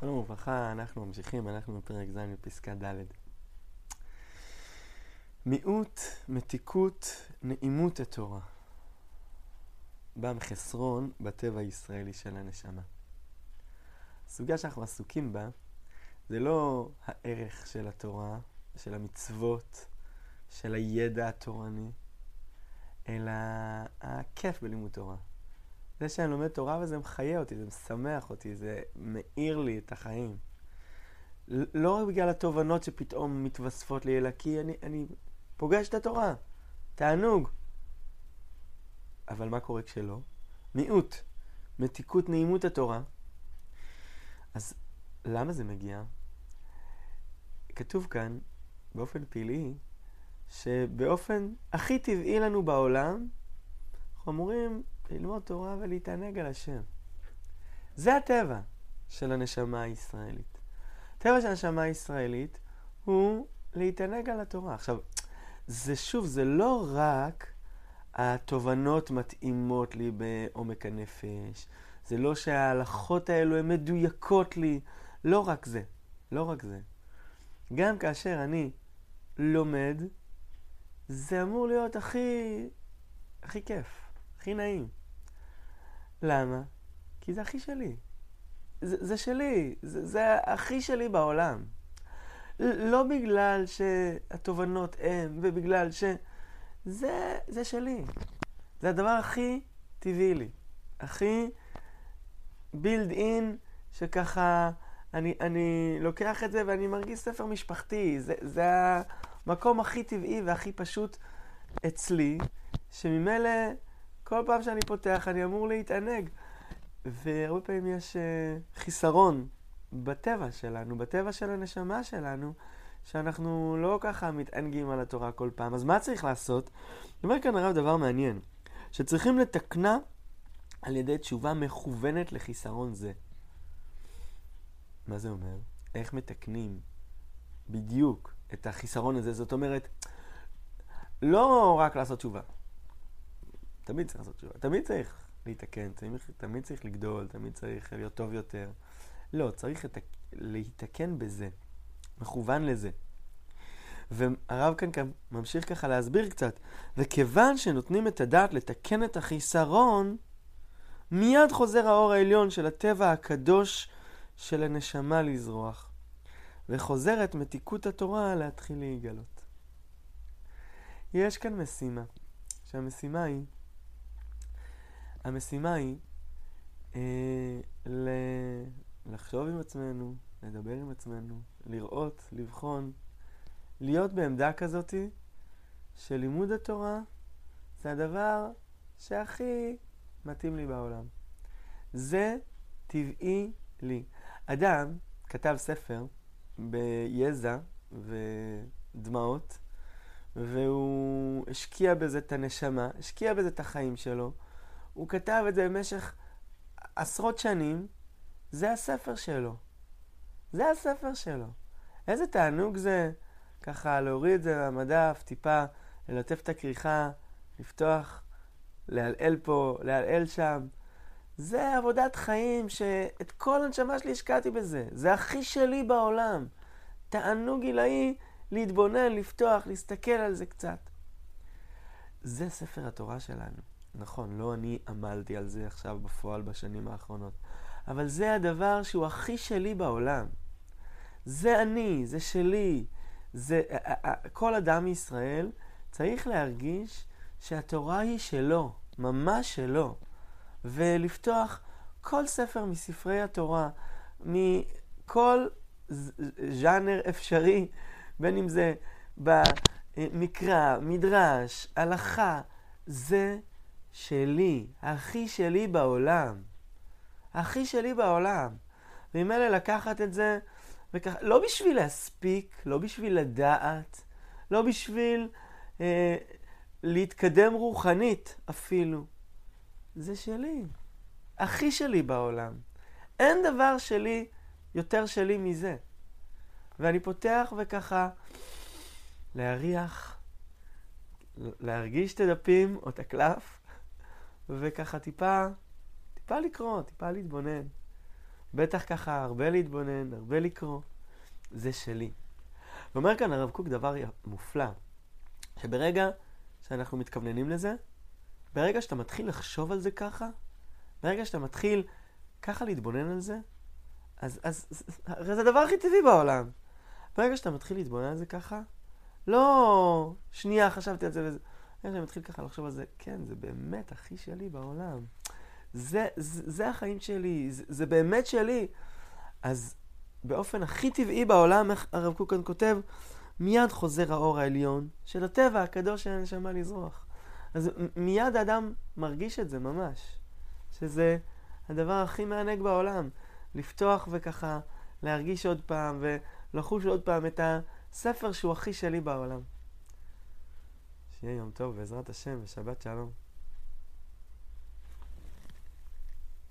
שלום וברכה, אנחנו ממשיכים, אנחנו בפרק ז' בפסקה ד'. מיעוט, מתיקות, נעימות התורה. בא מחסרון בטבע הישראלי של הנשמה. הסוגיה שאנחנו עסוקים בה זה לא הערך של התורה, של המצוות, של הידע התורני, אלא הכיף בלימוד תורה. זה שאני לומד תורה וזה מחיה אותי, זה משמח אותי, זה מאיר לי את החיים. לא רק בגלל התובנות שפתאום מתווספות לי, אלא כי אני פוגש את התורה. תענוג. אבל מה קורה כשלא? מיעוט, מתיקות, נעימות התורה. אז למה זה מגיע? כתוב כאן, באופן פלאי, שבאופן הכי טבעי לנו בעולם, אנחנו אמורים ללמוד תורה ולהתענג על השם. זה הטבע של הנשמה הישראלית. הטבע של הנשמה הישראלית הוא להתענג על התורה. עכשיו, זה לא רק התובנות מתאימות לי בעומק הנפש. זה לא שההלכות האלו הן מדויקות לי. לא רק זה. לא רק זה. גם כאשר אני לומד, זה אמור להיות הכי כיף, הכי נעים. למה? כי זה הכי שלי. זה שלי. זה הכי שלי בעולם. לא בגלל שהתובנות הן, ובגלל זה שלי. זה הדבר הכי טבעי לי. הכי build in, שככה אני לוקח את זה ואני מרגיש ספר משפחתי. זה המקום הכי טבעי והכי פשוט אצלי, שממילא כל פעם שאני פותח אני אמור להתענג. והרבה פעמים יש חיסרון בטבע שלנו, בטבע של הנשמה שלנו, שאנחנו לא ככה מתענגים על התורה כל פעם. אז מה צריך לעשות? אומר כאן הרב דבר מעניין, שצריכים לתקנה על ידי תשובה מכוונת לחיסרון זה. מה זה אומר? איך מתקנים בדיוק את החיסרון הזה? זאת אומרת, לא רק לעשות תשובה. תמיד צריך לעשות תשובה. תמיד צריך להתקן, תמיד צריך לגדול, תמיד צריך להיות טוב יותר. לא, צריך להתקן בזה. מכוון לזה. והרב כאן ממשיך ככה להסביר קצת. וכיוון שנותנים את הדעת לתקן את החיסרון, מיד חוזר האור העליון של הטבע הקדוש של הנשמה לזרוח. וחוזרת מתיקות התורה להתחיל להיגלות. יש כאן משימה. שהמשימה היא לחשוב עם עצמנו, לדבר עם עצמנו, לראות, לבחון, להיות בעמדה כזאת שלימוד התורה זה הדבר שהכי מתאים לי בעולם. זה טבעי לי. אדם כתב ספר ביזע ודמעות, והוא השקיע בזה את הנשמה, השקיע בזה את החיים שלו. הוא כתב את זה במשך עשרות שנים. זה הספר שלו. זה הספר שלו. איזה תענוג זה ככה להוריד את זה מהמדף, טיפה, ללטף את הכריכה, לפתוח, להלעל פה, להלעל שם. זה עבודת חיים שאת כל הנשמה שלי השקעתי בזה. זה הכי שלי בעולם. תענוג עילאי להתבונן, לפתוח, להסתכל על זה קצת. זה ספר התורה שלנו. נכון, לא אני עמלתי על זה עכשיו בפועל בשנים האחרונות. אבל זה הדבר שהוא הכי שלי בעולם. זה אני, זה שלי. כל אדם מישראל צריך להרגיש שהתורה היא שלו, ממש שלו. ולפתוח כל ספר מספרי התורה, מכל ז'אנר אפשרי, בין אם זה במקרא, מדרש, הלכה, זה שלי, הכי שלי בעולם. הכי שלי בעולם. וממילא לקחת את זה, לא בשביל להספיק, לא בשביל לדעת, לא בשביל להתקדם רוחנית אפילו. זה שלי. הכי שלי בעולם. אין דבר שלי יותר שלי מזה. ואני פותח וככה להריח, להרגיש את הדפים או את הקלף, וככה טיפה לקרוא, טיפה להתבונן. בטח ככה הרבה להתבונן, הרבה לקרוא. זה שלי. ואומר כאן הרב קוק דבר מופלא, שברגע שאנחנו מתכווננים לזה, ברגע שאתה מתחיל לחשוב על זה ככה, ברגע שאתה מתחיל ככה להתבונן על זה, אז הרי זה הדבר הכי טבעי בעולם. ברגע שאתה מתחיל להתבונן על זה ככה, לא שנייה חשבתי על זה וזה, ברגע שאתה מתחיל ככה לחשוב על זה, כן, זה באמת הכי שלי בעולם. זה החיים שלי, זה באמת שלי. אז באופן הכי טבעי בעולם, איך הרב קוק כאן כותב, מיד חוזר האור העליון של הטבע הקדוש של הנשמה לזרוח. אז מיד האדם מרגיש את זה ממש, שזה הדבר הכי מענג בעולם, לפתוח וככה להרגיש עוד פעם ולחוש עוד פעם את הספר שהוא הכי שלי בעולם. שיהיה יום טוב בעזרת השם ושבת שלום.